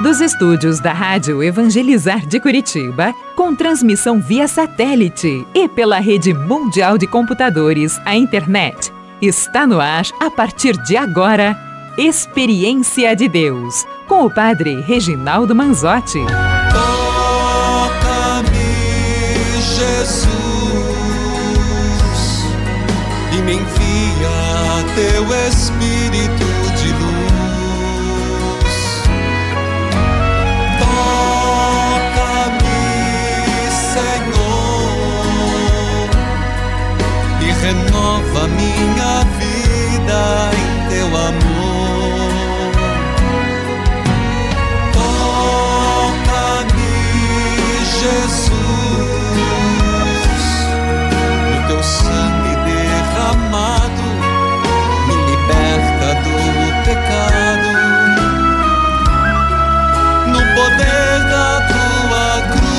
Dos estúdios da Rádio Evangelizar de Curitiba, com transmissão via satélite e pela rede mundial de computadores, a internet, está no ar, a partir de agora, Experiência de Deus, com o Padre Reginaldo Manzotti. Toca-me, Jesus, e me envia teu Espírito de luz. Toca-me, Senhor, e renova minha vida em teu amor. Jesus, no teu sangue derramado, me liberta do pecado, no poder da tua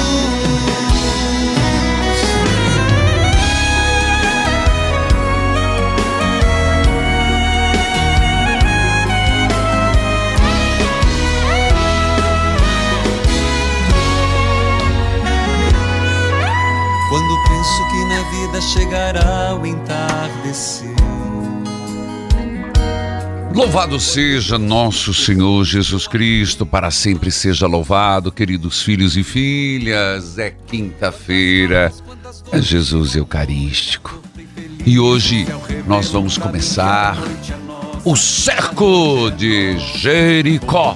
cruz. Quando penso que na vida chegará o entardecer. Louvado seja nosso Senhor Jesus Cristo, para sempre seja louvado, queridos filhos e filhas. É quinta-feira, é Jesus Eucarístico. E hoje nós vamos começar o cerco de Jericó.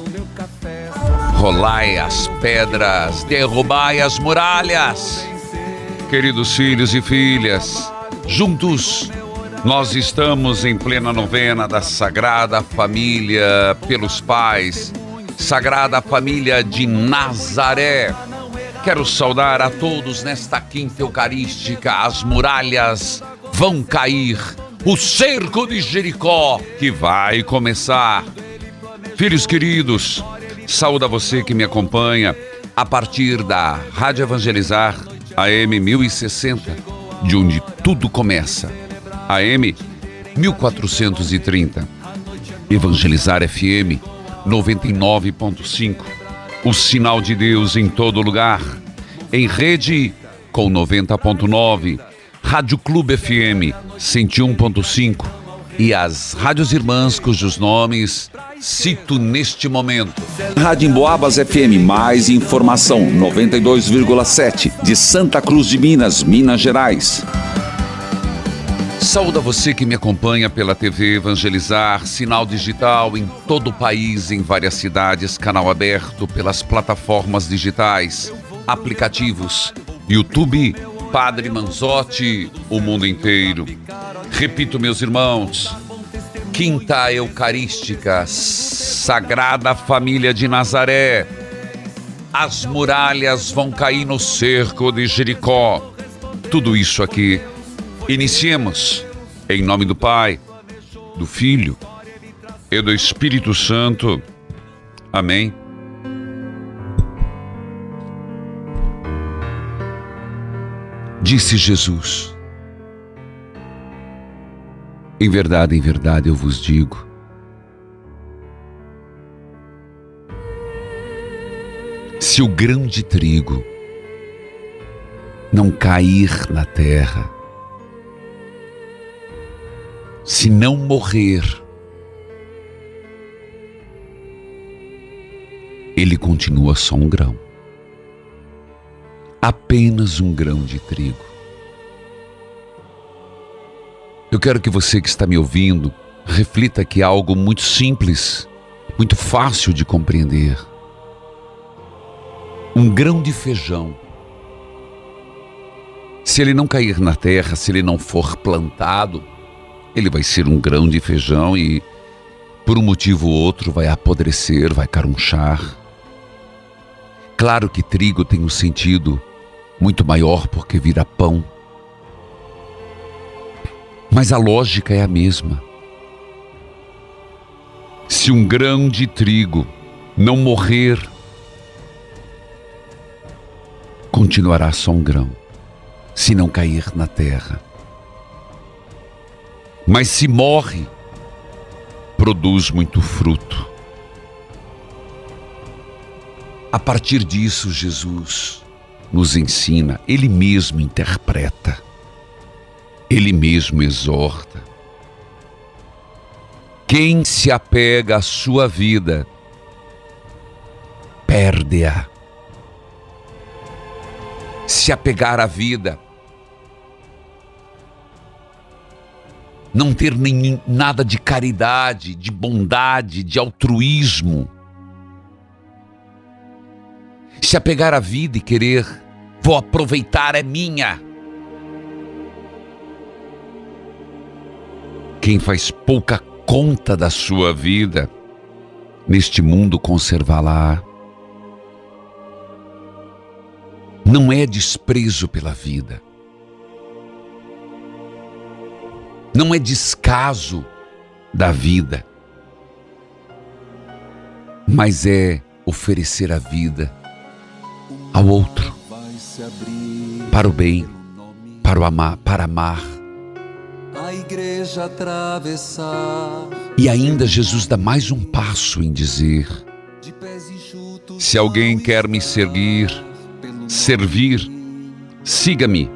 Rolai as pedras, derrubai as muralhas. Queridos filhos e filhas, juntos nós estamos em plena novena da Sagrada Família pelos Pais, Sagrada Família de Nazaré. Quero saudar a todos nesta quinta eucarística. As muralhas vão cair, o cerco de Jericó que vai começar. Filhos queridos, saúdo a você que me acompanha a partir da Rádio Evangelizar AM 1060, de onde tudo começa. AM 1430. Evangelizar FM 99.5. O sinal de Deus em todo lugar. Em rede com 90.9. Rádio Clube FM 101.5. E as rádios irmãs cujos nomes cito neste momento. Rádio Emboabas FM, mais informação, 92,7, de Santa Cruz de Minas, Minas Gerais. Saúde a você que me acompanha pela TV Evangelizar, sinal digital em todo o país, em várias cidades, canal aberto pelas plataformas digitais, aplicativos, YouTube, Padre Manzotti, o mundo inteiro. Repito, meus irmãos, quinta eucarística, Sagrada Família de Nazaré. As muralhas vão cair no cerco de Jericó. Tudo isso aqui. Iniciemos em nome do Pai, do Filho e do Espírito Santo. Amém. Disse Jesus: em verdade eu vos digo, se o grão de trigo não cair na terra, se não morrer, ele continua só um grão, apenas um grão de trigo. Eu quero que você que está me ouvindo reflita que é algo muito simples, muito fácil de compreender. Um grão de feijão, se ele não cair na terra, se ele não for plantado, ele vai ser um grão de feijão e, por um motivo ou outro, vai apodrecer, vai carunchar. Claro que trigo tem um sentido muito maior porque vira pão. Mas a lógica é a mesma. Se um grão de trigo não morrer, continuará só um grão, se não cair na terra. Mas se morre, produz muito fruto. A partir disso, Jesus nos ensina, Ele mesmo interpreta, Ele mesmo exorta. Quem se apega à sua vida, perde-a. Se apegar à vida, não ter nada de caridade, de bondade, de altruísmo. Se apegar à vida e querer, vou aproveitar, é minha. Quem faz pouca conta da sua vida, neste mundo conservá-la. Não é desprezo pela vida. Não é descaso da vida. Mas é oferecer a vida ao outro, para o bem, para amar. A igreja atravessar. E ainda Jesus dá mais um passo em dizer: se alguém quer me servir, siga-me.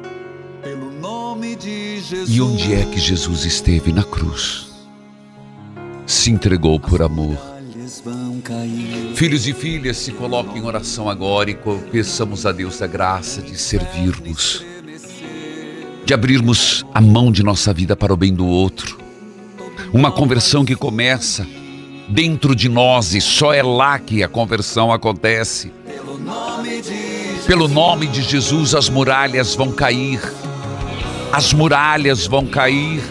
E onde é que Jesus esteve? Na cruz. Se entregou por amor. Filhos e filhas, se coloquem em oração agora e peçamos a Deus a graça de servirmos, de abrirmos a mão de nossa vida para o bem do outro. Uma conversão que começa dentro de nós e só é lá que a conversão acontece. Pelo nome de Jesus, as muralhas vão cair. As muralhas vão cair.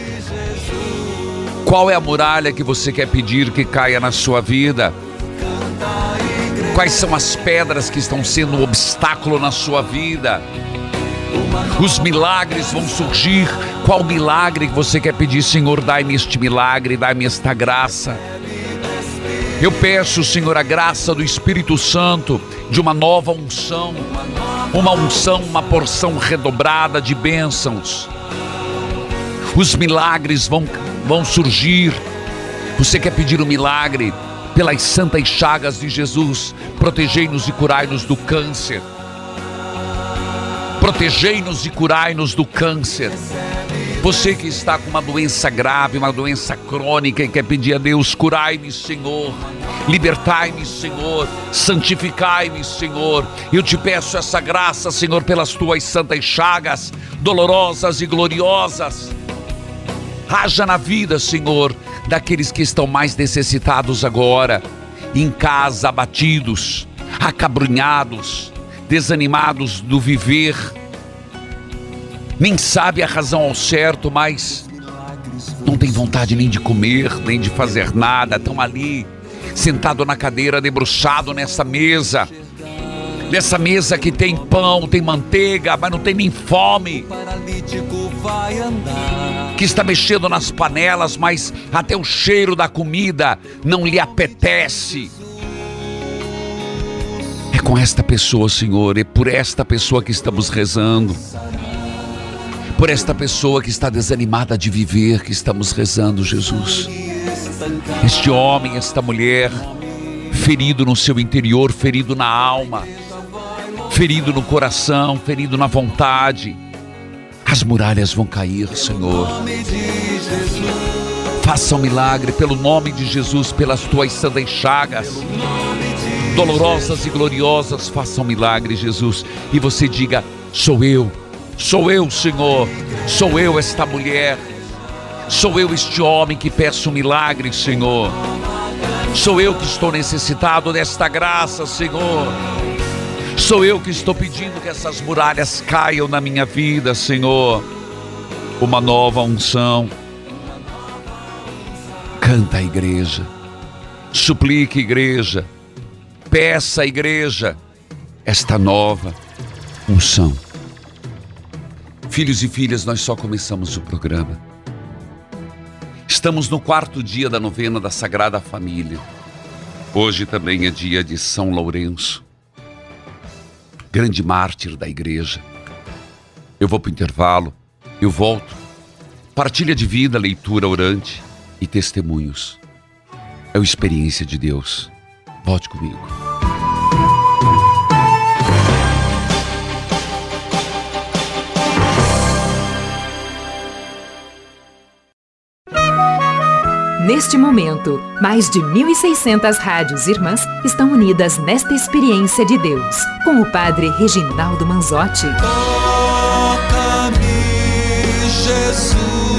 Qual é a muralha que você quer pedir que caia na sua vida? Quais são as pedras que estão sendo um obstáculo na sua vida? Os milagres vão surgir. Qual milagre que você quer pedir? Senhor, dai-me este milagre, dai-me esta graça. Eu peço, Senhor, a graça do Espírito Santo, de uma nova unção, uma porção redobrada de bênçãos. Os milagres vão surgir. Você quer pedir um milagre? Pelas santas chagas de Jesus, protegei-nos e curai-nos do câncer. Protegei-nos e curai-nos do câncer. Você que está com uma doença grave, uma doença crônica e quer pedir a Deus: curai-me, Senhor. Libertai-me, Senhor. Santificai-me, Senhor. Eu te peço essa graça, Senhor, pelas tuas santas chagas, dolorosas e gloriosas. Haja na vida, Senhor, daqueles que estão mais necessitados agora, em casa, abatidos, acabrunhados, desanimados do viver. Nem sabe a razão ao certo, mas não tem vontade nem de comer, nem de fazer nada. Estão ali, sentado na cadeira, debruçado nessa mesa. Nessa mesa que tem pão, tem manteiga, mas não tem nem fome. Que está mexendo nas panelas, mas até o cheiro da comida não lhe apetece. É com esta pessoa, Senhor, é por esta pessoa que estamos rezando. Por esta pessoa que está desanimada de viver, que estamos rezando, Jesus. Este homem, esta mulher, ferido no seu interior, ferido na alma, ferido no coração, ferido na vontade. As muralhas vão cair, Senhor. Faça um milagre pelo nome de Jesus, pelas tuas santas chagas, dolorosas e gloriosas. Faça um milagre, Jesus. E você diga: sou eu, Senhor. Sou eu esta mulher. Sou eu este homem que peço um milagre, Senhor. Sou eu que estou necessitado desta graça, Senhor. Sou eu que estou pedindo que essas muralhas caiam na minha vida, Senhor. Uma nova unção. Canta a igreja. Suplique, igreja. Peça, igreja, esta nova unção. Filhos e filhas, nós só começamos o programa. Estamos no 4º dia da novena da Sagrada Família. Hoje também é dia de São Lourenço, grande mártir da igreja. Eu vou para o intervalo, eu volto. Partilha de vida, leitura orante e testemunhos. É a experiência de Deus. Volte comigo. Neste momento, mais de 1.600 rádios irmãs estão unidas nesta experiência de Deus, com o Padre Reginaldo Manzotti. Toca-me, Jesus,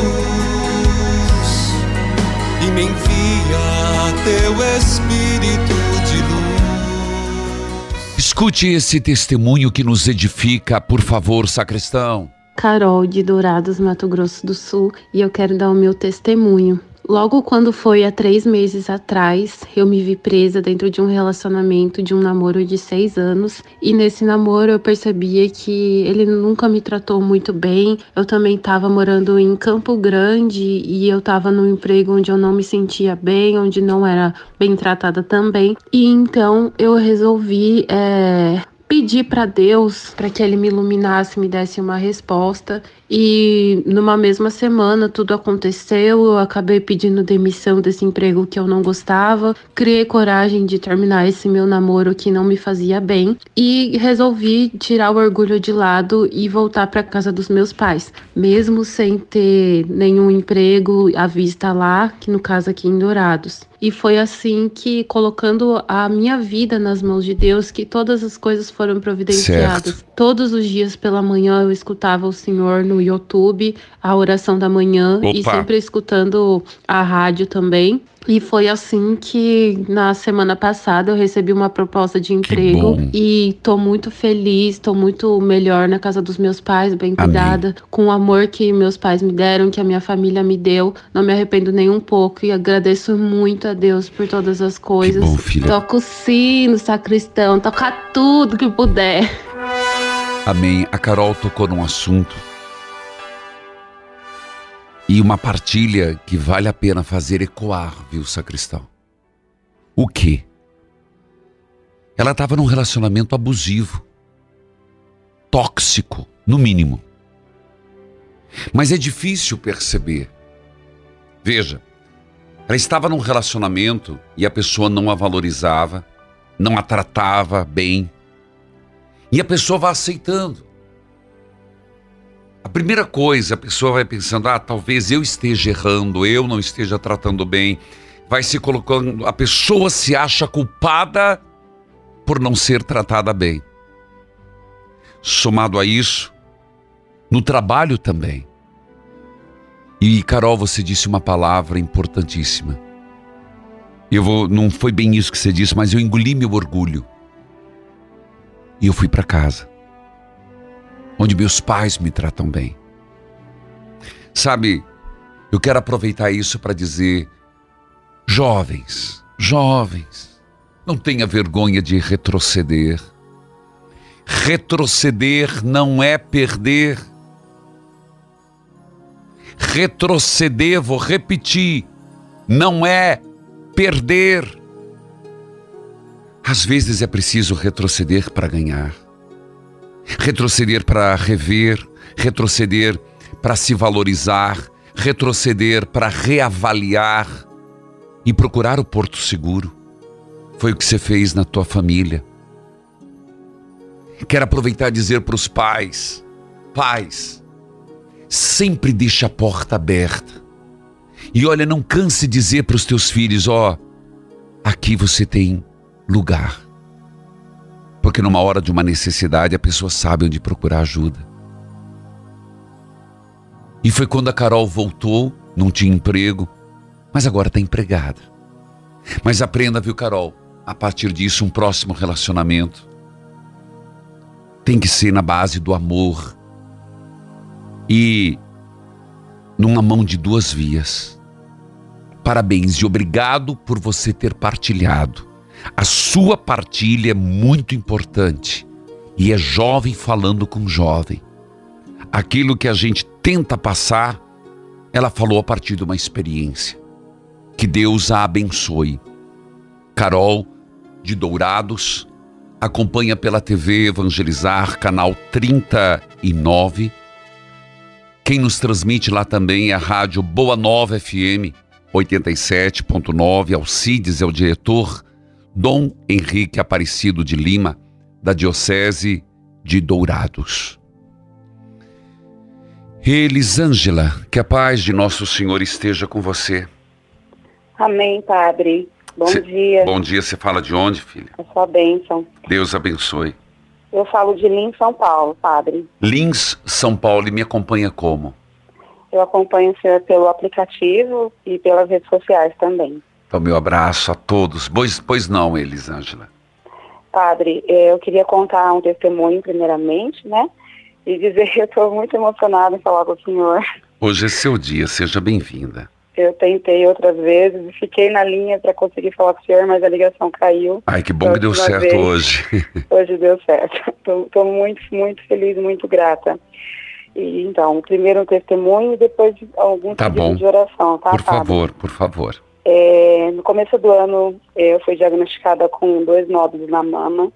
e me envia teu Espírito de luz. Escute esse testemunho que nos edifica, por favor, sacristão. Carol, de Dourados, Mato Grosso do Sul, e eu quero dar o meu testemunho. Logo quando foi há 3 meses atrás, eu me vi presa dentro de um relacionamento, de um namoro de 6 anos. E nesse namoro eu percebia que ele nunca me tratou muito bem. Eu também estava morando em Campo Grande e eu estava num emprego onde eu não me sentia bem, onde não era bem tratada também. E então eu resolvi pedir para Deus para que Ele me iluminasse, me desse uma resposta. E numa mesma semana tudo aconteceu, eu acabei pedindo demissão desse emprego que eu não gostava, criei coragem de terminar esse meu namoro que não me fazia bem e resolvi tirar o orgulho de lado e voltar para casa dos meus pais, mesmo sem ter nenhum emprego à vista lá, que no caso aqui em Dourados. E foi assim que, colocando a minha vida nas mãos de Deus, que todas as coisas foram providenciadas. Certo. Todos os dias pela manhã eu escutava o Senhor no YouTube, a oração da manhã. Opa. E sempre escutando a rádio também. E foi assim que na semana passada eu recebi uma proposta de emprego e tô muito feliz, tô muito melhor na casa dos meus pais, bem cuidada, com o amor que meus pais me deram, que a minha família me deu. Não me arrependo nem um pouco e agradeço muito a Deus por todas as coisas. Que bom, filha. Toca o sino, sacristão, toca tudo que puder. Amém. A Carol tocou num assunto e uma partilha que vale a pena fazer ecoar, viu, sacristão? O quê? Ela estava num relacionamento abusivo, tóxico, no mínimo. Mas é difícil perceber. Veja, ela estava num relacionamento e a pessoa não a valorizava, não a tratava bem. E a pessoa vai aceitando. A primeira coisa, a pessoa vai pensando, talvez eu esteja errando, eu não esteja tratando bem. Vai se colocando, a pessoa se acha culpada por não ser tratada bem. Somado a isso, no trabalho também. E Carol, você disse uma palavra importantíssima. Não foi bem isso que você disse, mas eu engoli meu orgulho. E eu fui para casa, onde meus pais me tratam bem. Sabe, eu quero aproveitar isso para dizer, jovens, não tenha vergonha de retroceder. Retroceder não é perder. Retroceder, vou repetir, não é perder. Às vezes é preciso retroceder para ganhar. Retroceder para rever, retroceder para se valorizar, retroceder para reavaliar e procurar o porto seguro. Foi o que você fez na tua família. Quero aproveitar e dizer para os pais, sempre deixa a porta aberta. E olha, não canse de dizer para os teus filhos, aqui você tem lugar. Porque numa hora de uma necessidade a pessoa sabe onde procurar ajuda. E foi quando a Carol voltou, não tinha emprego, mas agora está empregada. Mas aprenda, viu, Carol, a partir disso um próximo relacionamento tem que ser na base do amor e numa mão de 2 vias. Parabéns e obrigado por você ter partilhado. A sua partilha é muito importante e é jovem falando com jovem. Aquilo que a gente tenta passar, ela falou a partir de uma experiência. Que Deus a abençoe. Carol, de Dourados, acompanha pela TV Evangelizar, canal 39. Quem nos transmite lá também é a rádio Boa Nova FM 87.9. Alcides é o diretor. Dom Henrique Aparecido de Lima, da Diocese de Dourados. Elisângela, que a paz de Nosso Senhor esteja com você. Amém, Padre. Bom dia. Bom dia, você fala de onde, filha? É sua bênção. Deus abençoe. Eu falo de Lins, São Paulo, Padre. Lins, São Paulo, e me acompanha como? Eu acompanho o senhor pelo aplicativo e pelas redes sociais também. Então, meu abraço a todos. Pois não, Elisângela. Padre, eu queria contar um testemunho primeiramente, né? E dizer que eu estou muito emocionada em falar com o senhor. Hoje é seu dia, seja bem-vinda. Eu tentei outras vezes e fiquei na linha para conseguir falar com o senhor, mas a ligação caiu. Ai, que bom que deu certo hoje. Hoje deu certo. Estou muito, muito feliz, muito grata. E, então, primeiro um testemunho e depois algum pedido de oração, tá? Por favor, por favor. No começo do ano, eu fui diagnosticada com 2 nódulos na mama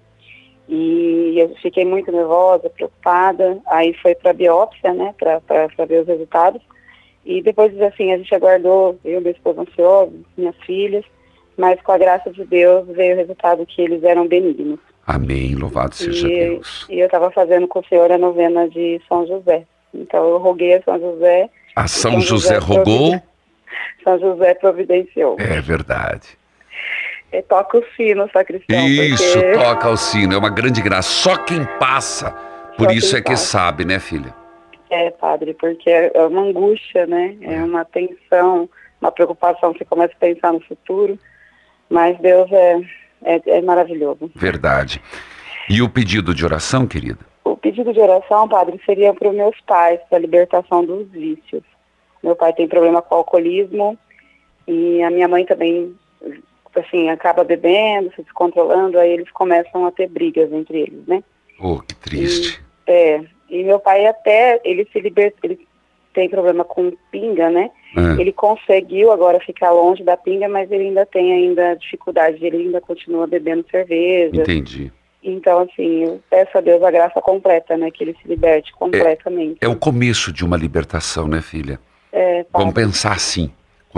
e eu fiquei muito nervosa, preocupada. Aí foi para biópsia, né, para ver os resultados. E depois, assim, a gente aguardou, eu, meu esposo ansioso, minhas filhas, mas com a graça de Deus veio o resultado que eles eram benignos. Amém, louvado seja Deus. E eu estava fazendo com o senhor a novena de São José. Então eu roguei a São José. A São José rogou? São José providenciou. É verdade. Toca o sino, sacristão. Isso, toca o sino, é uma grande graça. Só quem passa, por isso é que sabe, né, filha? Padre, porque é uma angústia, né? É uma tensão, uma preocupação, você começa a pensar no futuro, mas Deus é maravilhoso. Verdade. E o pedido de oração, querida? O pedido de oração, Padre, seria para os meus pais, para a libertação dos vícios. Meu pai tem problema com alcoolismo e a minha mãe também, assim, acaba bebendo, se descontrolando, aí eles começam a ter brigas entre eles, né? Oh, que triste. E meu pai até, ele se liberta, ele tem problema com pinga, né? Ele conseguiu agora ficar longe da pinga, mas ele ainda tem dificuldade, ele ainda continua bebendo cerveja. Entendi. Então, assim, eu peço a Deus a graça completa, né? Que ele se liberte completamente. É o começo de uma libertação, né, filha? Vamos pensar assim.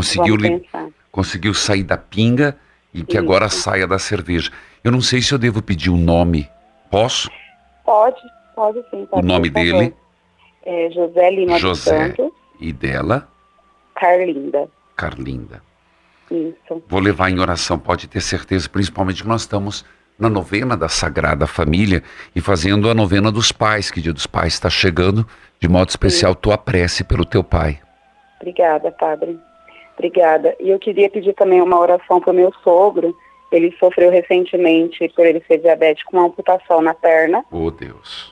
Conseguiu sair da pinga e que agora saia da cerveja. Eu não sei se eu devo pedir um nome. Posso? Pode sim. Pode, o nome dele? É José Lima dos Santos. E dela? Carlinda. Isso. Vou levar em oração, pode ter certeza, principalmente que nós estamos na novena da Sagrada Família e fazendo a novena dos pais, que o Dia dos Pais está chegando, de modo especial, tua prece pelo teu pai. Obrigada, Padre. Obrigada. E eu queria pedir também uma oração para o meu sogro. Ele sofreu recentemente, por ele ser diabético, uma amputação na perna. Oh, Deus.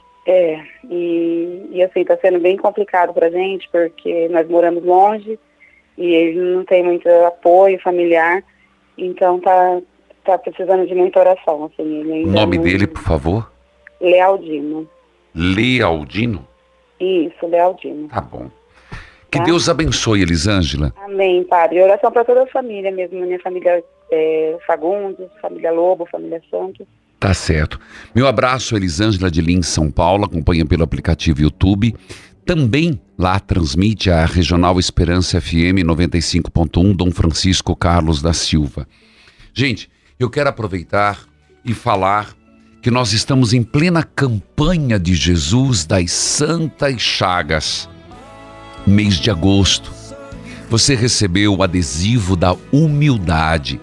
E assim, está sendo bem complicado para a gente, porque nós moramos longe e ele não tem muito apoio familiar, então tá precisando de muita oração. Assim, ele o nome dele, por favor? Lealdino. Lealdino? Isso, Lealdino. Tá bom. Que Deus abençoe, Elisângela. Amém, Padre. Oração para toda a família mesmo, minha família Fagundes, família Lobo, família Santos. Tá certo. Meu abraço, Elisângela de Lins, São Paulo, acompanha pelo aplicativo YouTube. Também lá transmite a Regional Esperança FM 95.1, Dom Francisco Carlos da Silva. Gente, eu quero aproveitar e falar que nós estamos em plena campanha de Jesus das Santas Chagas. Mês de agosto. Você recebeu o adesivo da humildade.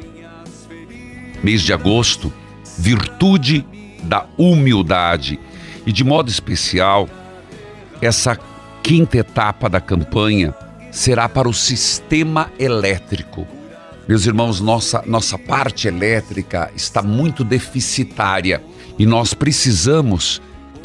Mês de agosto, virtude da humildade. E de modo especial, essa 5ª etapa da campanha será para o sistema elétrico. Meus irmãos, nossa parte elétrica está muito deficitária e nós precisamos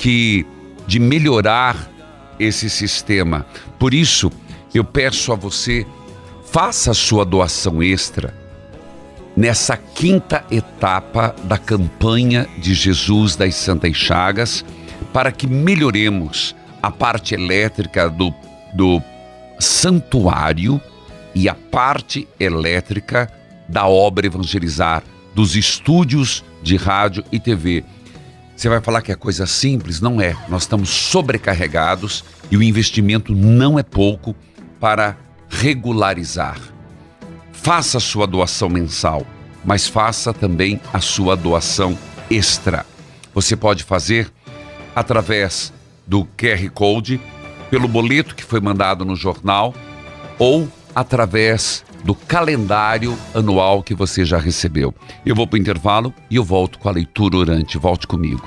de melhorar esse sistema. Por isso, eu peço a você, faça a sua doação extra nessa 5ª etapa da campanha de Jesus das Santas Chagas, para que melhoremos a parte elétrica do santuário e a parte elétrica da obra Evangelizar, dos estúdios de rádio e TV. Você vai falar que é coisa simples? Não é. Nós estamos sobrecarregados e o investimento não é pouco para regularizar. Faça a sua doação mensal, mas faça também a sua doação extra. Você pode fazer através do QR Code, pelo boleto que foi mandado no jornal ou através do calendário anual que você já recebeu. Eu vou para o intervalo e eu volto com a leitura orante. Volte comigo.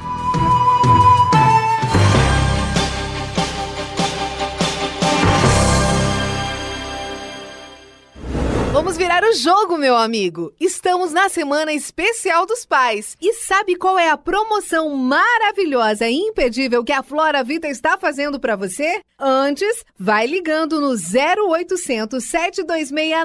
Vamos virar o jogo, meu amigo! Estamos na Semana Especial dos Pais. E sabe qual é a promoção maravilhosa e imperdível que a Flora Vita está fazendo para você? Antes, vai ligando no 0800 726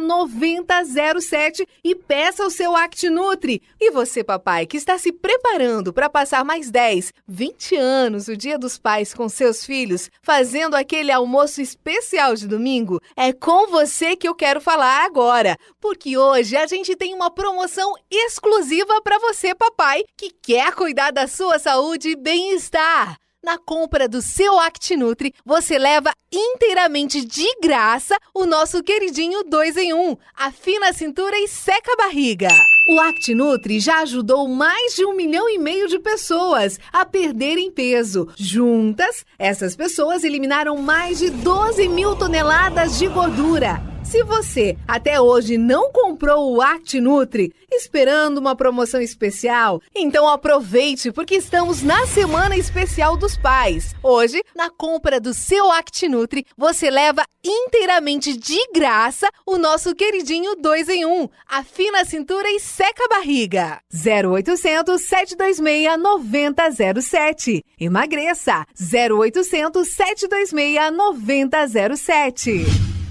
9007 e peça o seu ActiNutri. E você, papai, que está se preparando para passar mais 10, 20 anos o Dia dos Pais com seus filhos, fazendo aquele almoço especial de domingo, é com você que eu quero falar agora. Porque hoje a gente tem uma promoção exclusiva para você, papai, que quer cuidar da sua saúde e bem-estar. Na compra do seu ActiNutri, você leva inteiramente de graça o nosso queridinho 2 em 1, afina a cintura e seca a barriga. O ActiNutri já ajudou mais de 1,5 milhão de pessoas a perderem peso. Juntas, essas pessoas eliminaram mais de 12 mil toneladas de gordura. Se você até hoje não comprou o ActiNutri, esperando uma promoção especial, então aproveite, porque estamos na Semana Especial dos Pais. Hoje, na compra do seu ActiNutri, você leva inteiramente de graça o nosso queridinho 2 em 1. Afina a cintura e seca a barriga. 0800 726 9007. Emagreça. 0800 726 9007.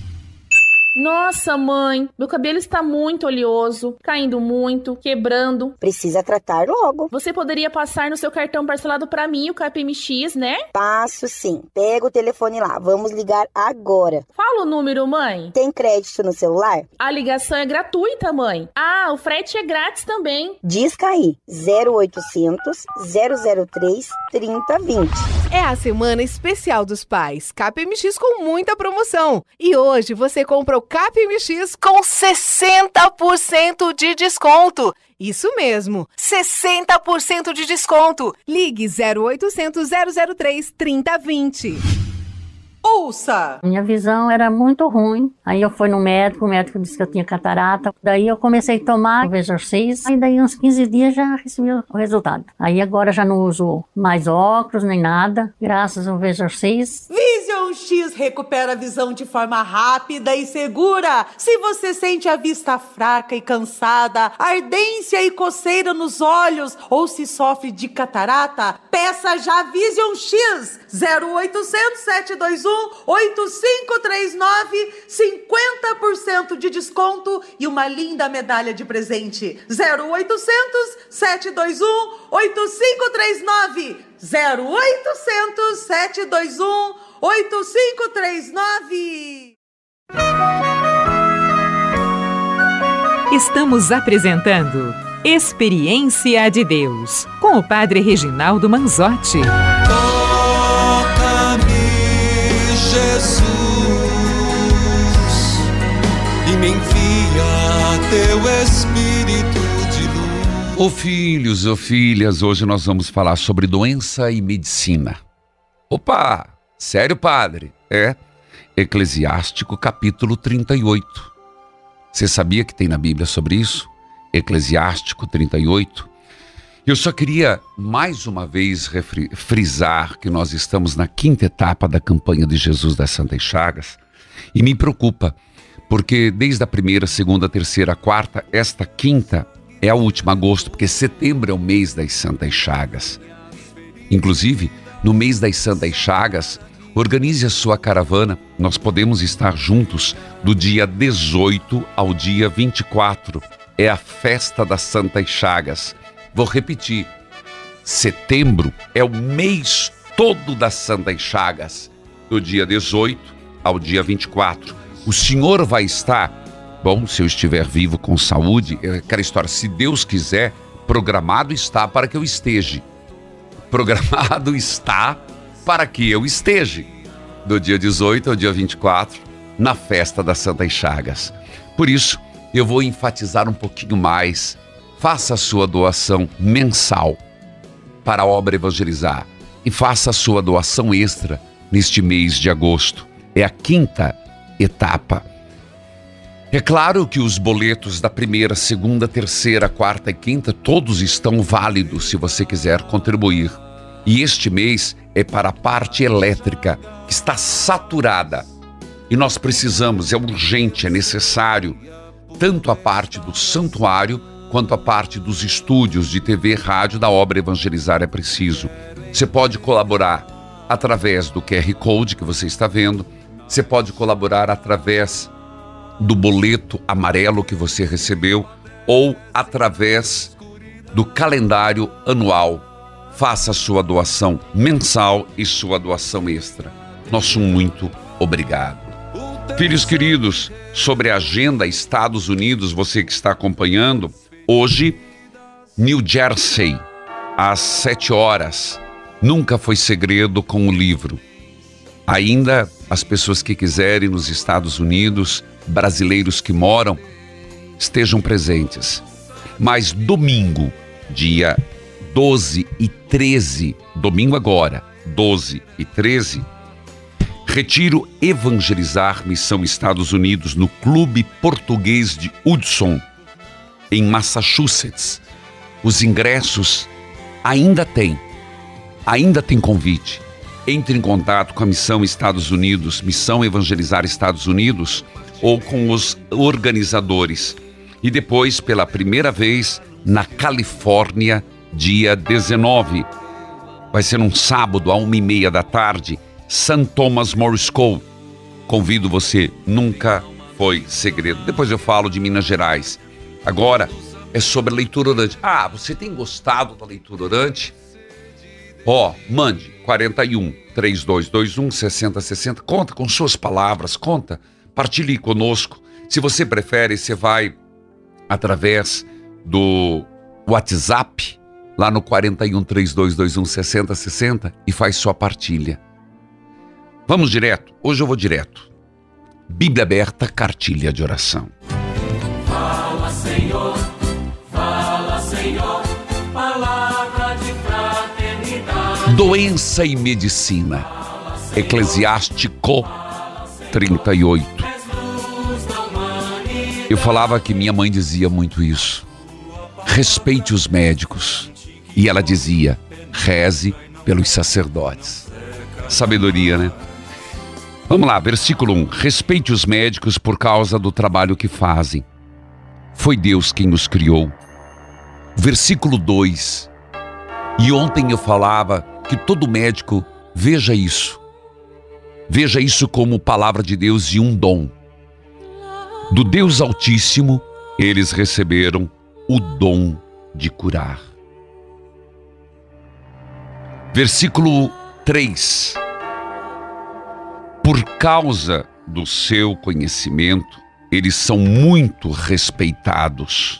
Nossa, mãe, meu cabelo está muito oleoso, caindo muito, quebrando. Precisa tratar logo. Você poderia passar no seu cartão parcelado para mim, o CapMX, né? Passo sim. Pega o telefone lá. Vamos ligar agora. Fala o número, mãe. Tem crédito no celular? A ligação é gratuita, mãe. Ah, o frete é grátis também. Disca aí. 0800 003 3020. É a Semana Especial dos Pais. CapMX com muita promoção. E hoje você compra o CapMX com 60% de desconto. Isso mesmo, 60% de desconto. Ligue 0800 003 3020. Ouça! Minha visão era muito ruim. Aí eu fui no médico, o médico disse que eu tinha catarata. Daí eu comecei a tomar o Vision X. Aí daí uns 15 dias já recebi o resultado. Aí agora já não uso mais óculos nem nada, graças ao Vision X. Vision X recupera a visão de forma rápida e segura. Se você sente a vista fraca e cansada, ardência e coceira nos olhos ou se sofre de catarata, peça já Vision X. 0800 721 8539, 50% de desconto e uma linda medalha de presente. 0800 721 8539. 0800 721 8539. Estamos apresentando Experiência de Deus, com o Padre Reginaldo Manzotti. Jesus, e me envia teu Espírito de luz. Ô filhos, ô filhas, hoje nós vamos falar sobre doença e medicina. Opa, sério, padre? É, Eclesiástico capítulo 38. Você sabia que tem na Bíblia sobre isso? Eclesiástico 38. Eu só queria mais uma vez frisar que nós estamos na 5ª etapa da campanha de Jesus das Santas Chagas e me preocupa, porque desde a 1ª, 2ª, 3ª, 4ª, esta 5ª é a última, agosto, porque setembro é o mês das Santas Chagas. Inclusive, no mês das Santas Chagas, organize a sua caravana, nós podemos estar juntos do dia 18 ao dia 24, é a festa das Santas Chagas. Vou repetir, setembro é o mês todo das Santas Chagas, do dia 18 ao dia 24. O Senhor vai estar, bom, se eu estiver vivo com saúde, é aquela história, se Deus quiser, programado está para que eu esteja. Programado está para que eu esteja, do dia 18 ao dia 24, na festa das Santas Chagas. Por isso, eu vou enfatizar um pouquinho mais. Faça a sua doação mensal para a obra Evangelizar e faça a sua doação extra neste mês de agosto. É a 5ª etapa. É claro que os boletos da primeira, segunda, terceira, quarta e quinta, todos estão válidos se você quiser contribuir. E este mês é para a parte elétrica, que está saturada. E nós precisamos, é urgente, é necessário, tanto a parte do santuário, quanto a parte dos estúdios de TV e rádio da obra Evangelizar é Preciso. Você pode colaborar através do QR Code que você está vendo, você pode colaborar através do boleto amarelo que você recebeu ou através do calendário anual. Faça a sua doação mensal e sua doação extra. Nosso muito obrigado. Filhos queridos, sobre a agenda Estados Unidos, você que está acompanhando, hoje, New Jersey, às 7 horas, Nunca Foi Segredo com o livro. Ainda as pessoas que quiserem nos Estados Unidos, brasileiros que moram, estejam presentes. Mas domingo, dia 12 e 13, domingo agora, 12 e 13, Retiro Evangelizar Missão Estados Unidos no Clube Português de Hudson, em Massachusetts. Os ingressos ainda tem convite. Entre em contato com a Missão Estados Unidos, Missão Evangelizar Estados Unidos, ou com os organizadores. E depois, pela primeira vez, na Califórnia, dia 19. Vai ser um sábado, à 1h30 da tarde, St. Thomas More School. Convido você, Nunca Foi Segredo. Depois eu falo de Minas Gerais. Agora é sobre a leitura orante. Ah, você tem gostado da leitura orante? Mande 41-3221-6060. Conta com suas palavras, conta. Partilhe conosco. Se você prefere, você vai através do WhatsApp, lá no 41-3221-6060 e faz sua partilha. Vamos direto? Hoje eu vou direto. Bíblia aberta, cartilha de oração. Fala, Senhor, palavra de fraternidade. Doença e medicina. Eclesiástico 38. Eu falava que minha mãe dizia muito isso. Respeite os médicos. E ela dizia, reze pelos sacerdotes. Sabedoria, né? Vamos lá, versículo 1. Respeite os médicos por causa do trabalho que fazem. Foi Deus quem nos criou. Versículo 2. E ontem eu falava que todo médico veja isso. Veja isso como palavra de Deus e um dom. Do Deus Altíssimo, eles receberam o dom de curar. Versículo 3. Por causa do seu conhecimento, eles são muito respeitados.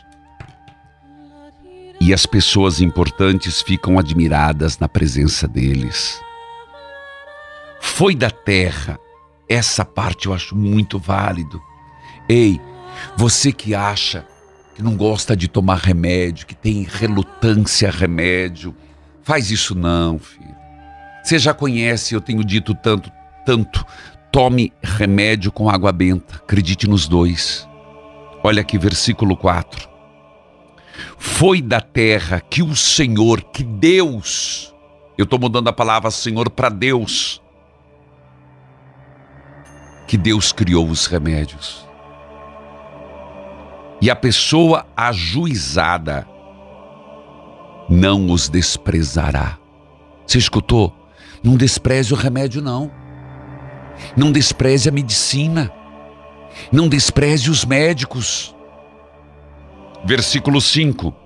E as pessoas importantes ficam admiradas na presença deles. Foi da terra. Essa parte eu acho muito válido. Ei, você que acha que não gosta de tomar remédio, que tem relutância a remédio, faz isso não, filho. Você já conhece, eu tenho dito tanto, tome remédio com água benta, acredite nos dois. Olha aqui, versículo 4. Foi da terra que o Senhor, que Deus, eu estou mudando a palavra Senhor para Deus, que Deus criou os remédios. E a pessoa ajuizada não os desprezará. Você escutou? Não despreze o remédio, não. Não despreze a medicina. Não despreze os médicos. Versículo 5.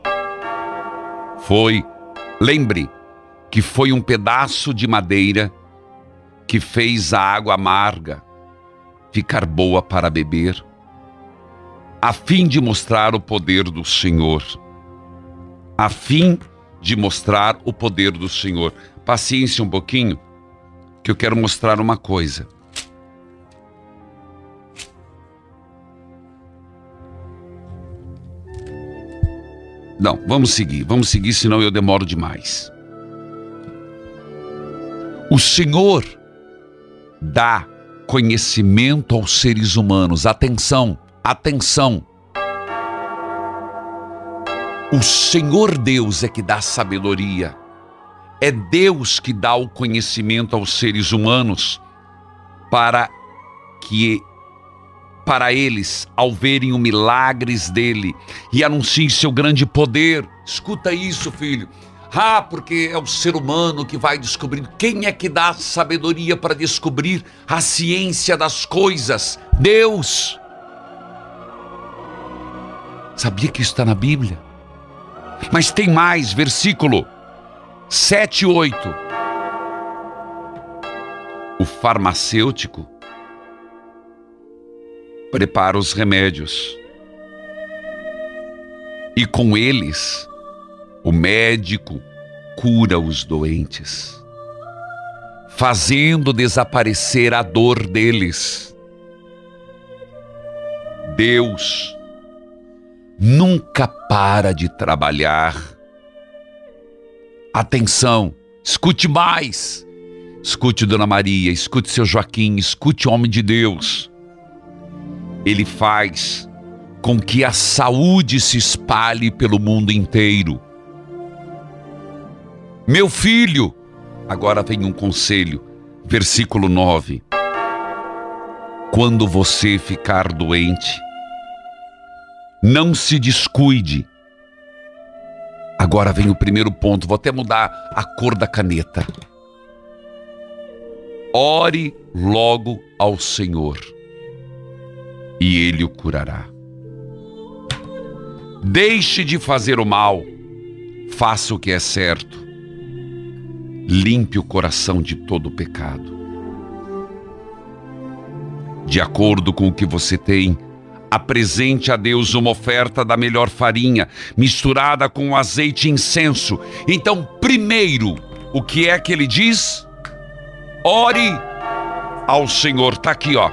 Lembre que foi um pedaço de madeira que fez a água amarga ficar boa para beber, a fim de mostrar o poder do Senhor. A fim de mostrar o poder do Senhor. Paciência um pouquinho, que eu quero mostrar uma coisa. Não, vamos seguir, senão eu demoro demais. O Senhor dá conhecimento aos seres humanos. Atenção, Atenção! O Senhor Deus é que dá sabedoria. É Deus que dá o conhecimento aos seres humanos para eles, ao verem os milagres dele e anunciem seu grande poder. Escuta isso, filho. Porque é o ser humano que vai descobrir. Quem é que dá sabedoria para descobrir a ciência das coisas? Deus. Sabia que isso está na Bíblia? Mas tem mais, versículo 7 e 8. O farmacêutico prepara os remédios e com eles o médico cura os doentes, fazendo desaparecer a dor deles. Deus nunca para de trabalhar. Atenção, escute mais. Escute Dona Maria, escute seu Joaquim, escute o homem de Deus. Ele faz com que a saúde se espalhe pelo mundo inteiro. Meu filho, agora vem um conselho, versículo 9. Quando você ficar doente, não se descuide. Agora vem o primeiro ponto, vou até mudar a cor da caneta. Ore logo ao Senhor e Ele o curará. Deixe de fazer o mal, faça o que é certo. Limpe o coração de todo o pecado. De acordo com o que você tem, apresente a Deus uma oferta da melhor farinha, misturada com azeite e incenso. Então, primeiro, o que é que ele diz? Ore ao Senhor. Está aqui, ó.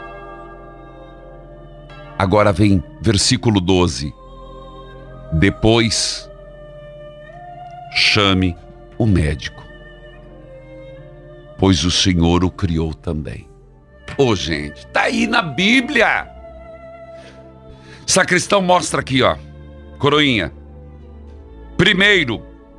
Agora vem versículo 12. Depois, chame o médico, pois o Senhor o criou também. Gente, tá aí na Bíblia. Sacristão, mostra aqui, ó. Coroinha. Primeiro,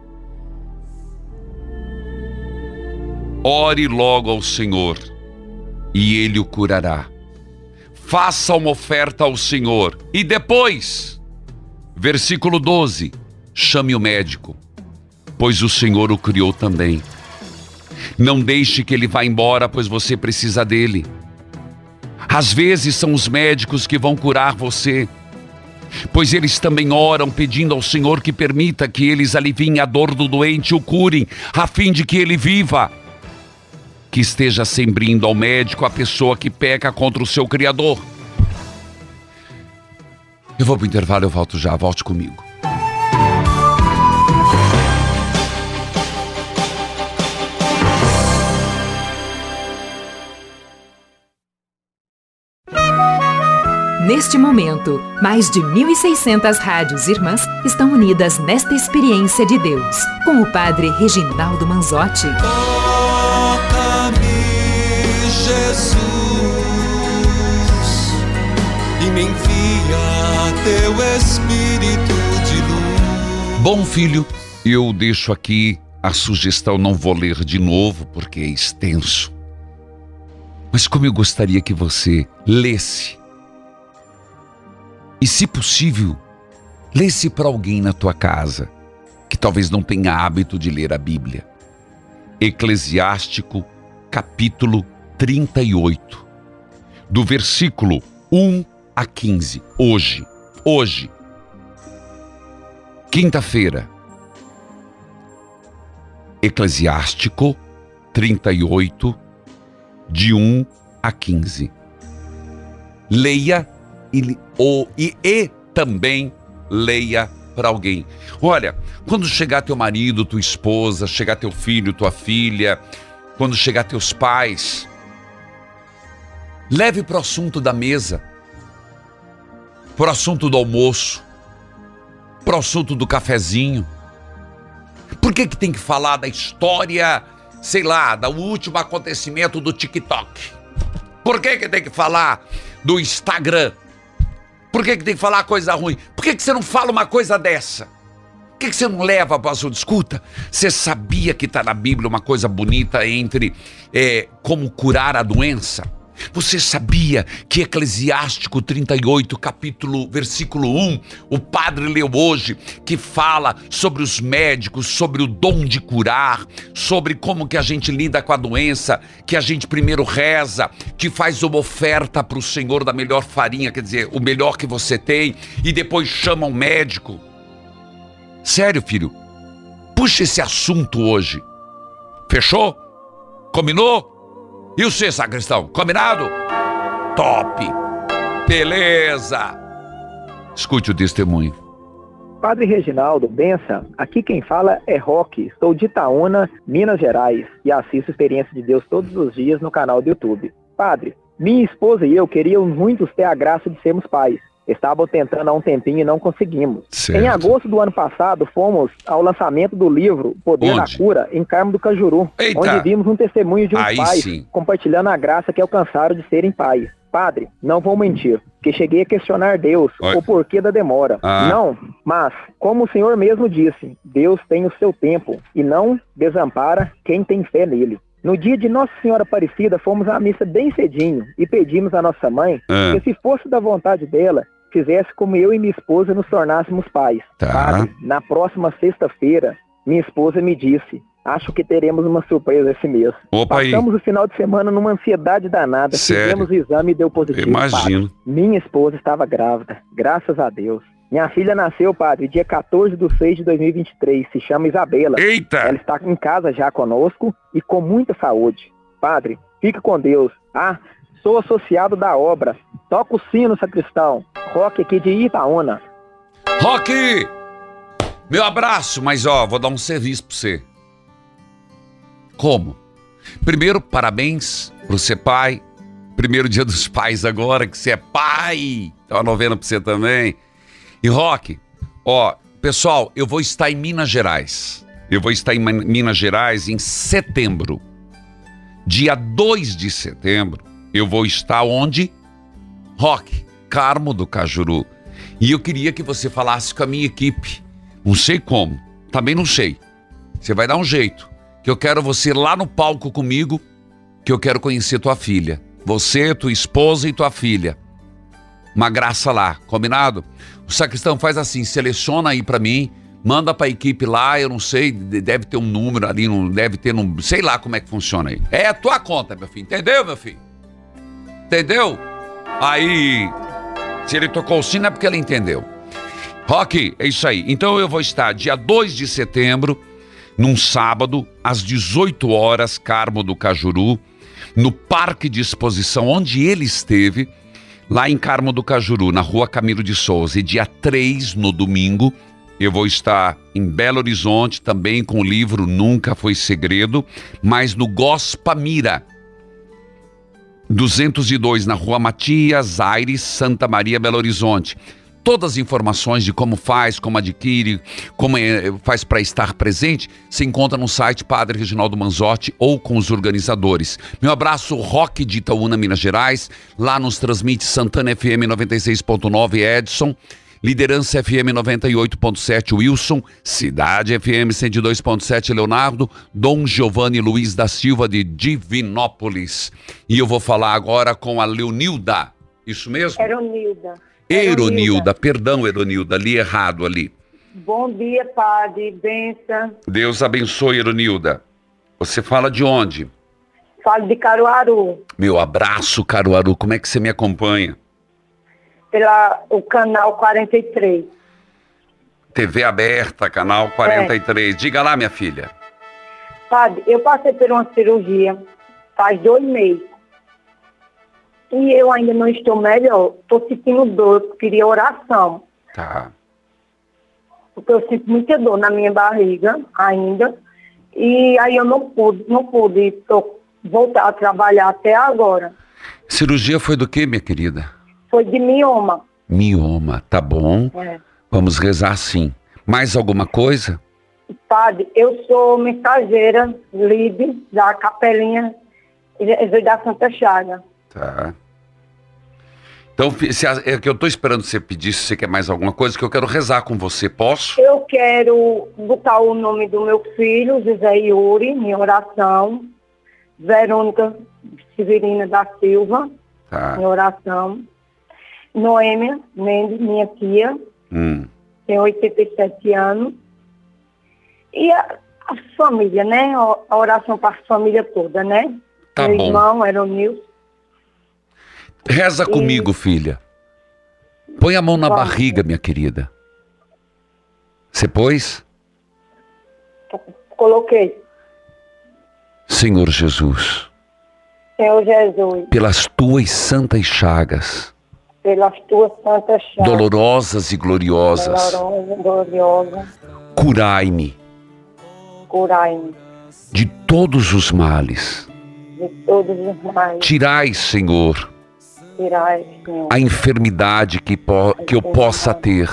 ore logo ao Senhor e Ele o curará. Faça uma oferta ao Senhor. E depois, versículo 12, chame o médico, pois o Senhor o criou também. Não deixe que ele vá embora, pois você precisa dele. Às vezes são os médicos que vão curar você, pois eles também oram pedindo ao Senhor que permita que eles aliviem a dor do doente e o curem, a fim de que ele viva. Que esteja servindo ao médico a pessoa que peca contra o seu Criador. Eu vou para o intervalo, eu volto já, volte comigo. Neste momento, mais de 1.600 rádios irmãs estão unidas nesta experiência de Deus, com o Padre Reginaldo Manzotti. Toca-me, Jesus, e me envia teu Espírito de luz. Bom, filho, eu deixo aqui a sugestão, não vou ler de novo porque é extenso. Mas como eu gostaria que você lesse, e se possível, lê-se para alguém na tua casa que talvez não tenha hábito de ler a Bíblia. Eclesiástico, capítulo 38, do versículo 1 a 15. Hoje, quinta-feira. Eclesiástico 38, de 1 a 15. Leia e também leia para alguém. Olha, quando chegar teu marido, tua esposa, chegar teu filho, tua filha, quando chegar teus pais, leve para o assunto da mesa, para o assunto do almoço, para o assunto do cafezinho. Por que tem que falar da história, sei lá, do último acontecimento do TikTok? Por que tem que falar do Instagram? Por que tem que falar coisa ruim? Por que você não fala uma coisa dessa? Por que você não leva para o assunto? Escuta, você sabia que está na Bíblia uma coisa bonita entre como curar a doença? Você sabia que Eclesiástico 38, versículo 1, o padre leu hoje, que fala sobre os médicos, sobre o dom de curar, sobre como que a gente lida com a doença, que a gente primeiro reza, que faz uma oferta para o Senhor da melhor farinha, quer dizer, o melhor que você tem, e depois chama um médico. Sério, filho, puxa esse assunto hoje. Fechou? Combinou? E o você, sacristão? Combinado? Top! Beleza! Escute o testemunho. Padre Reginaldo, benção. Aqui quem fala é Roque. Sou de Itaúna, Minas Gerais, e assisto Experiência de Deus todos os dias no canal do YouTube. Padre, minha esposa e eu queríamos muito ter a graça de sermos pais. Estávamos tentando há um tempinho e não conseguimos. Certo. Em agosto do ano passado, fomos ao lançamento do livro Poder da Cura, em Carmo do Cajuru, onde vimos um testemunho de pais compartilhando a graça que alcançaram de serem pais. Padre, não vou mentir, que cheguei a questionar Deus, o porquê da demora. Não, mas, como o Senhor mesmo disse, Deus tem o seu tempo e não desampara quem tem fé nele. No dia de Nossa Senhora Aparecida, fomos à missa bem cedinho e pedimos à nossa mãe que, se fosse da vontade dela, fizesse como eu e minha esposa nos tornássemos pais. Padre, na próxima sexta-feira, minha esposa me disse, acho que teremos uma surpresa esse mês. Passamos o final de semana numa ansiedade danada. Sério? Fizemos o exame e deu positivo. Imagino. Padre. Minha esposa estava grávida, graças a Deus. Minha filha nasceu, padre, dia 14/6 de 2023, se chama Isabela. Eita! Ela está em casa já conosco e com muita saúde. Padre, fique com Deus. Sou associado da obra. Toca o sino, sacristão. Roque aqui de Itaúna. Roque! Meu abraço, mas vou dar um serviço pra você. Como? Primeiro, parabéns por ser pai. Primeiro dia dos pais agora, que você é pai. Tá uma novena pra você também. E Roque, pessoal, eu vou estar em Minas Gerais. Eu vou estar em Minas Gerais em setembro. Dia 2 de setembro, eu vou estar onde? Roque, Carmo do Cajuru. E eu queria que você falasse com a minha equipe. Não sei como, também não sei. Você vai dar um jeito. Que eu quero você lá no palco comigo, que eu quero conhecer tua filha. Você, tua esposa e tua filha. Uma graça lá, combinado? O sacristão faz assim, seleciona aí pra mim, manda pra equipe lá, eu não sei, deve ter um número ali, não deve ter, sei lá como é que funciona aí. É a tua conta, meu filho, entendeu, meu filho? Entendeu? Aí, se ele tocou o sino é porque ele entendeu. Roque, é isso aí. Então eu vou estar dia 2 de setembro, num sábado, às 18 horas, Carmo do Cajuru, no Parque de Exposição, onde ele esteve, lá em Carmo do Cajuru, na Rua Camilo de Souza. E dia 3, no domingo, eu vou estar em Belo Horizonte, também com o livro Nunca Foi Segredo, mas no Gospamira, 202, na Rua Matias Aires, Santa Maria, Belo Horizonte. Todas as informações de como faz, como adquire, como faz para estar presente, se encontra no site Padre Reginaldo Manzotti ou com os organizadores. Meu abraço, Roque de Itaúna, Minas Gerais. Lá nos transmite Santana FM 96.9, Edson. Liderança FM 98.7, Wilson. Cidade FM 102.7, Leonardo. Dom Giovanni Luiz da Silva, de Divinópolis. E eu vou falar agora com a Leonilda. Isso mesmo? Eronilda, perdão, Eronilda, li errado ali. Bom dia, padre, benção. Deus abençoe, Eronilda. Você fala de onde? Falo de Caruaru. Meu abraço, Caruaru. Como é que você me acompanha? O canal 43. TV aberta, canal 43. Diga lá, minha filha. Padre, eu passei por uma cirurgia faz 2 meses. E eu ainda não estou melhor. Estou sentindo dor, queria oração. Tá. Porque eu sinto muita dor na minha barriga ainda. E aí eu não pude voltar a trabalhar até agora. Cirurgia foi do que, minha querida? Foi de mioma. Mioma, tá bom. Vamos rezar sim. Mais alguma coisa? Padre, eu sou mensageira, líder da Capelinha da Santa Chaga. Tá. Então, é que eu estou esperando você pedir, se você quer mais alguma coisa, que eu quero rezar com você. Posso? Eu quero botar o nome do meu filho, José Yuri, em oração. Verônica Severina da Silva, em oração. Noêmia Mendes, minha tia, tem 87 anos. E a família, né? A oração para a família toda, né? Tá meu bom. irmão, Aeronilson. Reza comigo, filha. Põe a mão na barriga, minha querida. Você pôs? Coloquei. Senhor Jesus, Senhor Jesus, pelas tuas santas chagas, pelas tuas santas chagas, dolorosas e gloriosas, dolorosa, gloriosa, curai-me curai-me de todos os males. de todos os males. Tirai, Senhor, Tirai, Senhor, a enfermidade que eu possa ter.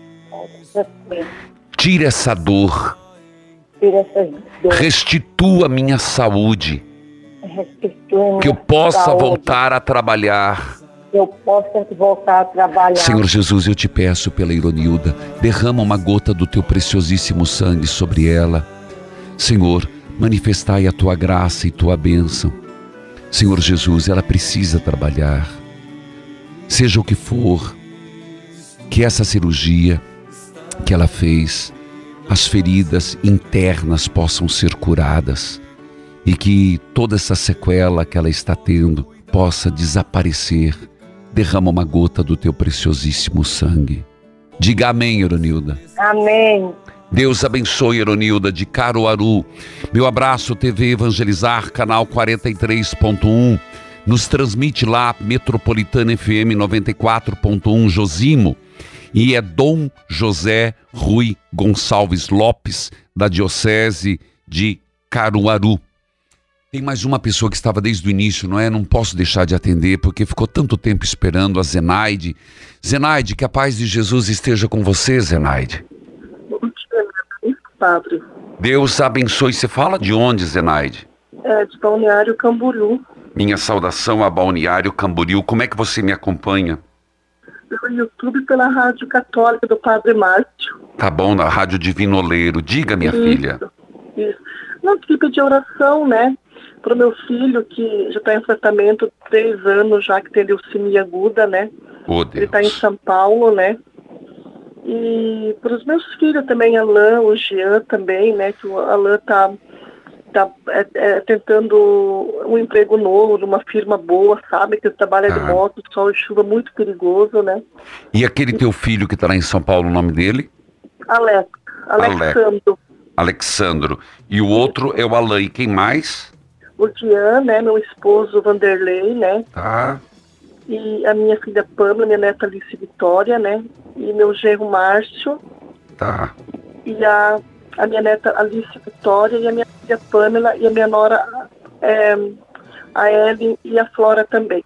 Tira essa dor. Tira essas dores. Restitua a minha saúde. Restitui Que eu minha possa saúde, voltar a trabalhar. que eu possa voltar a trabalhar. Senhor Jesus, eu te peço pela Ironilda, derrama uma gota do teu preciosíssimo sangue sobre ela. Senhor, manifestai a tua graça e tua bênção. Senhor Jesus, ela precisa trabalhar. Seja o que for, que essa cirurgia que ela fez, as feridas internas possam ser curadas e que toda essa sequela que ela está tendo possa desaparecer. Derrama uma gota do teu preciosíssimo sangue. Diga amém, Ironilda. Amém. Deus abençoe, Ironilda, de Caruaru. Meu abraço, TV Evangelizar, canal 43.1. Nos transmite lá, Metropolitana FM 94.1, Josimo. E é Dom José Rui Gonçalves Lopes, da Diocese de Caruaru. Tem mais uma pessoa que estava desde o início, não é? Não posso deixar de atender, porque ficou tanto tempo esperando, a Zenaide. Zenaide, que a paz de Jesus esteja com você, Zenaide. Padre. Deus abençoe. Você fala de onde, Zenaide? De Balneário Camboriú. Minha saudação a Balneário Camboriú. Como é que você me acompanha? Pelo YouTube, pela Rádio Católica do Padre Márcio. Tá bom, na Rádio Divino Oleiro. Diga, minha filha. Isso. Não, queria pedir oração, né? Para o meu filho, que já está em tratamento há 3 anos, já que tem leucemia aguda, né? Oh, Deus. Ele está em São Paulo, né? E para os meus filhos também, Alain, o Jean também, né? Que o Alain está tentando um emprego novo numa firma boa, sabe? Que ele trabalha de moto, sol e chuva, muito perigoso, né? E aquele teu filho que está lá em São Paulo, o nome dele? Alexandro. Alexandro. E o outro é o Alain. E quem mais? O Jean, né? Meu esposo Vanderlei, né? Tá. E a minha filha Pamela, minha neta Alice Vitória, né? E meu genro Márcio. Tá. E a minha neta Alice Vitória e a minha filha Pamela e a minha nora a Ellen e a Flora também.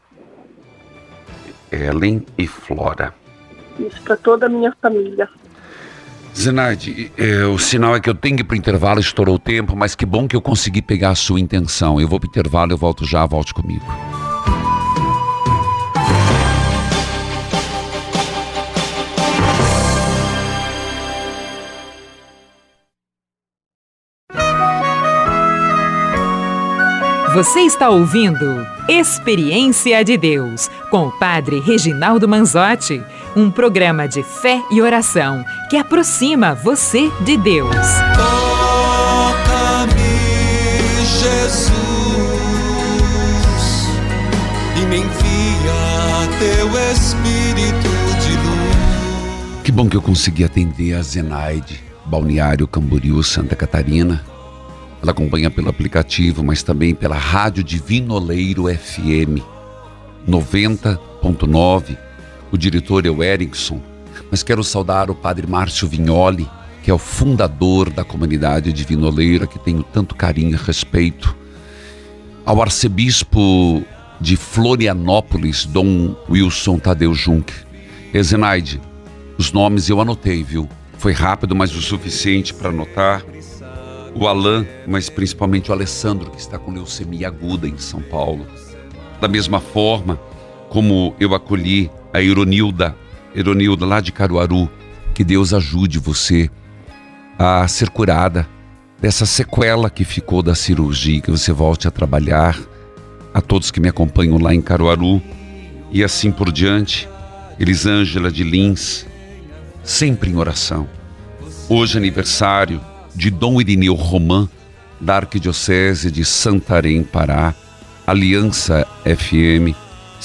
Ellen e Flora. Isso, para toda a minha família. Zenaide, o sinal é que eu tenho que ir para o intervalo, estourou o tempo, mas que bom que eu consegui pegar a sua intenção. Eu vou para o intervalo, eu volto já, volte comigo. Você está ouvindo Experiência de Deus, com o Padre Reginaldo Manzotti, um programa de fé e oração que aproxima você de Deus. Toca-me, Jesus, e me envia teu Espírito de luz. Que bom que eu consegui atender a Zenaide, Balneário Camboriú, Santa Catarina. Ela acompanha pelo aplicativo, mas também pela Rádio Divino Oleiro FM 90.9. O diretor é o Erickson. Mas quero saudar o Padre Márcio Vignoli, que é o fundador da comunidade Divino Oleiro, que tenho tanto carinho e respeito. Ao arcebispo de Florianópolis, Dom Wilson Tadeu Junk. Zenaide, os nomes eu anotei, viu? Foi rápido, mas o suficiente para anotar. O Alain, mas principalmente o Alessandro, que está com leucemia aguda em São Paulo. Da mesma forma como eu acolhi a Ironilda lá de Caruaru, que Deus ajude você a ser curada dessa sequela que ficou da cirurgia, que você volte a trabalhar. A todos que me acompanham lá em Caruaru e assim por diante. Elisângela de Lins, sempre em oração. Hoje aniversário de Dom Irineu Romã, da Arquidiocese de Santarém, Pará. Aliança FM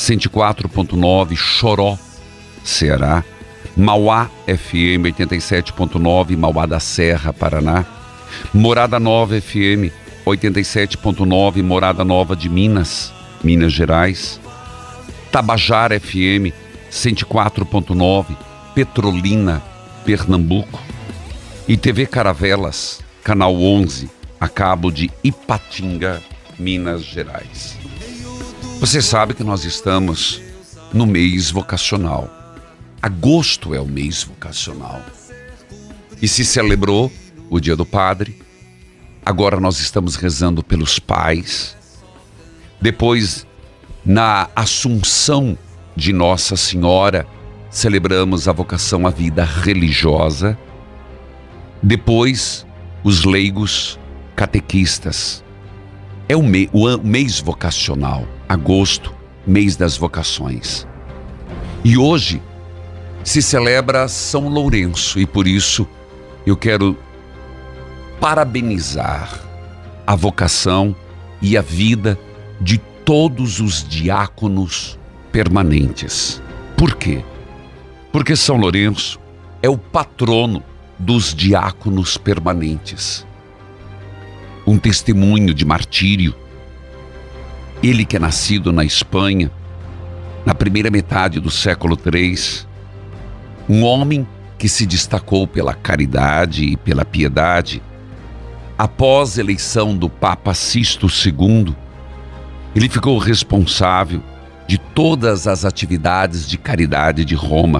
104.9, Choró, Ceará. Mauá FM 87.9, Mauá da Serra, Paraná. Morada Nova FM 87.9, Morada Nova de Minas Gerais. Tabajara FM 104.9, Petrolina, Pernambuco. E TV Caravelas, canal 11, a cabo de Ipatinga, Minas Gerais. Você sabe que nós estamos no mês vocacional. Agosto é o mês vocacional. E se celebrou o Dia do Padre. Agora nós estamos rezando pelos pais. Depois, na Assunção de Nossa Senhora, celebramos a vocação à vida religiosa. Depois, os leigos catequistas. É o mês vocacional. Agosto, mês das vocações. E hoje se celebra São Lourenço, e por isso eu quero parabenizar a vocação e a vida de todos os diáconos permanentes. Por quê? Porque São Lourenço é o patrono dos diáconos permanentes. Um testemunho de martírio. Ele que é nascido na Espanha, na primeira metade do século III, um homem que se destacou pela caridade e pela piedade. Após a eleição do Papa Sisto II, ele ficou responsável de todas as atividades de caridade de Roma.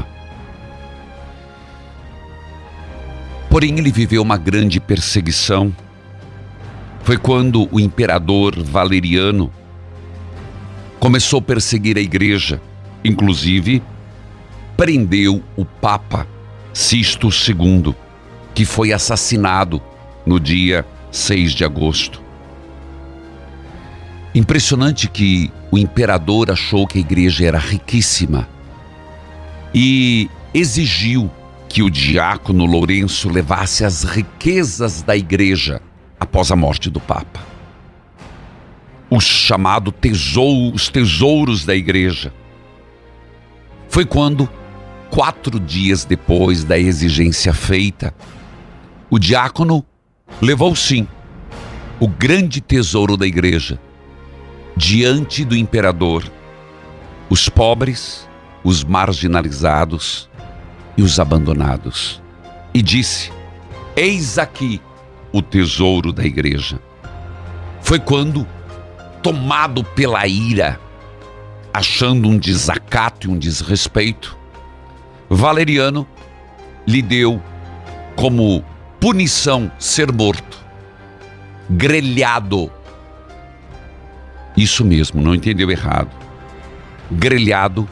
Porém, ele viveu uma grande perseguição. Foi quando o imperador Valeriano começou a perseguir a igreja, inclusive prendeu o Papa Sisto II, que foi assassinado no dia 6 de agosto. Impressionante que o imperador achou que a igreja era riquíssima e exigiu que o diácono Lourenço levasse as riquezas da igreja após a morte do Papa. Os chamados tesouros da igreja. Foi quando, 4 dias depois da exigência feita, o diácono levou sim o grande tesouro da igreja diante do imperador, os pobres, os marginalizados e os abandonados, e disse: eis aqui o tesouro da igreja. Foi quando, tomado pela ira, achando um desacato e um desrespeito, Valeriano lhe deu como punição ser morto, grelhado. Isso mesmo, não entendeu errado. Grelhado.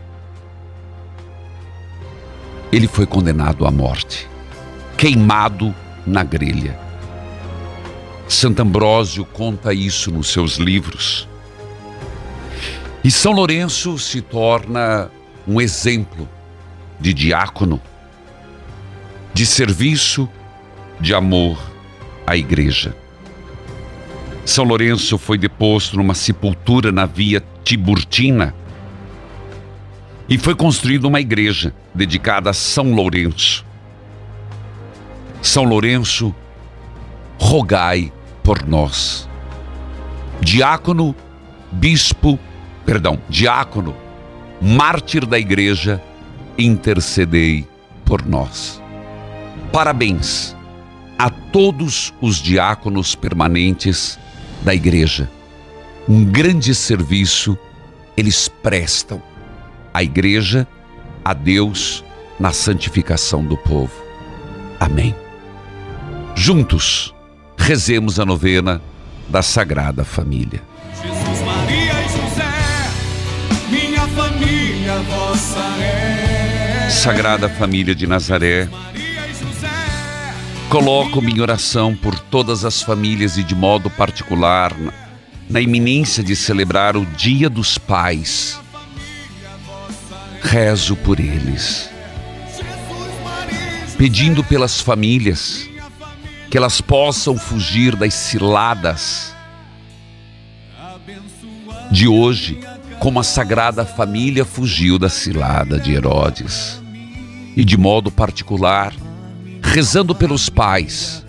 Ele foi condenado à morte, queimado na grelha. Santo Ambrósio conta isso nos seus livros. E São Lourenço se torna um exemplo de diácono, de serviço, de amor à igreja. São Lourenço foi deposto numa sepultura na Via Tiburtina e foi construída uma igreja dedicada a São Lourenço. São Lourenço, rogai por nós. Diácono, mártir da igreja, intercedei por nós. Parabéns a todos os diáconos permanentes da igreja. Um grande serviço eles prestam à igreja, a Deus, na santificação do povo. Amém. Juntos, rezemos a novena da Sagrada Família. Jesus, Maria e José, minha família Sagrada Família de Nazaré, coloco minha oração por todas as famílias e de modo particular na iminência de celebrar o Dia dos Pais. Rezo por eles, pedindo pelas famílias que elas possam fugir das ciladas de hoje, como a Sagrada Família fugiu da cilada de Herodes. E de modo particular, rezando pelos pais,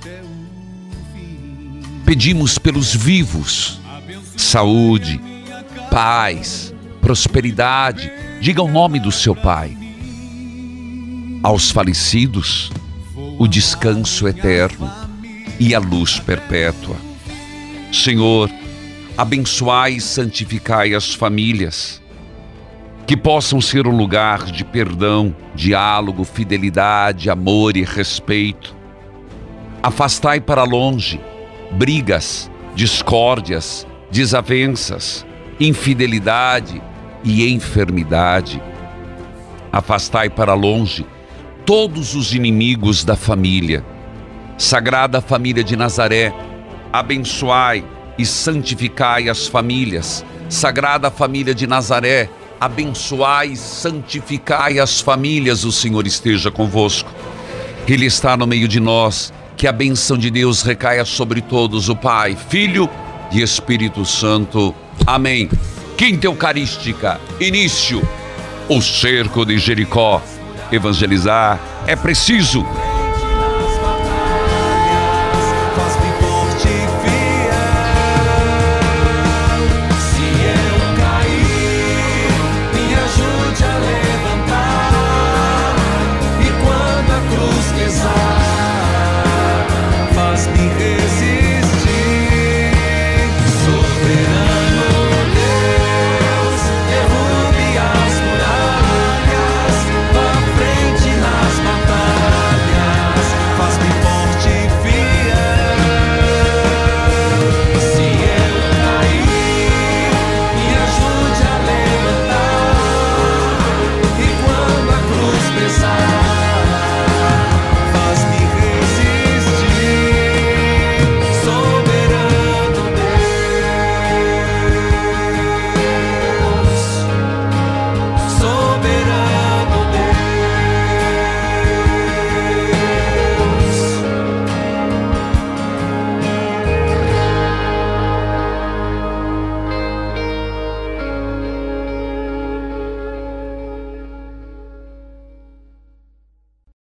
pedimos pelos vivos saúde, paz, prosperidade. Diga o nome do seu pai. Aos falecidos, o descanso eterno e a luz perpétua. Senhor, abençoai e santificai as famílias, que possam ser um lugar de perdão, diálogo, fidelidade, amor e respeito. Afastai para longe brigas, discórdias, desavenças, infidelidade e enfermidade. Afastai para longe todos os inimigos da família. Sagrada Família de Nazaré, abençoai e santificai as famílias. Sagrada Família de Nazaré, abençoai e santificai as famílias. O Senhor esteja convosco. Ele está no meio de nós. Que a bênção de Deus recaia sobre todos, o Pai, Filho e Espírito Santo. Amém. Quinta Eucarística, início. O cerco de Jericó. Evangelizar é preciso.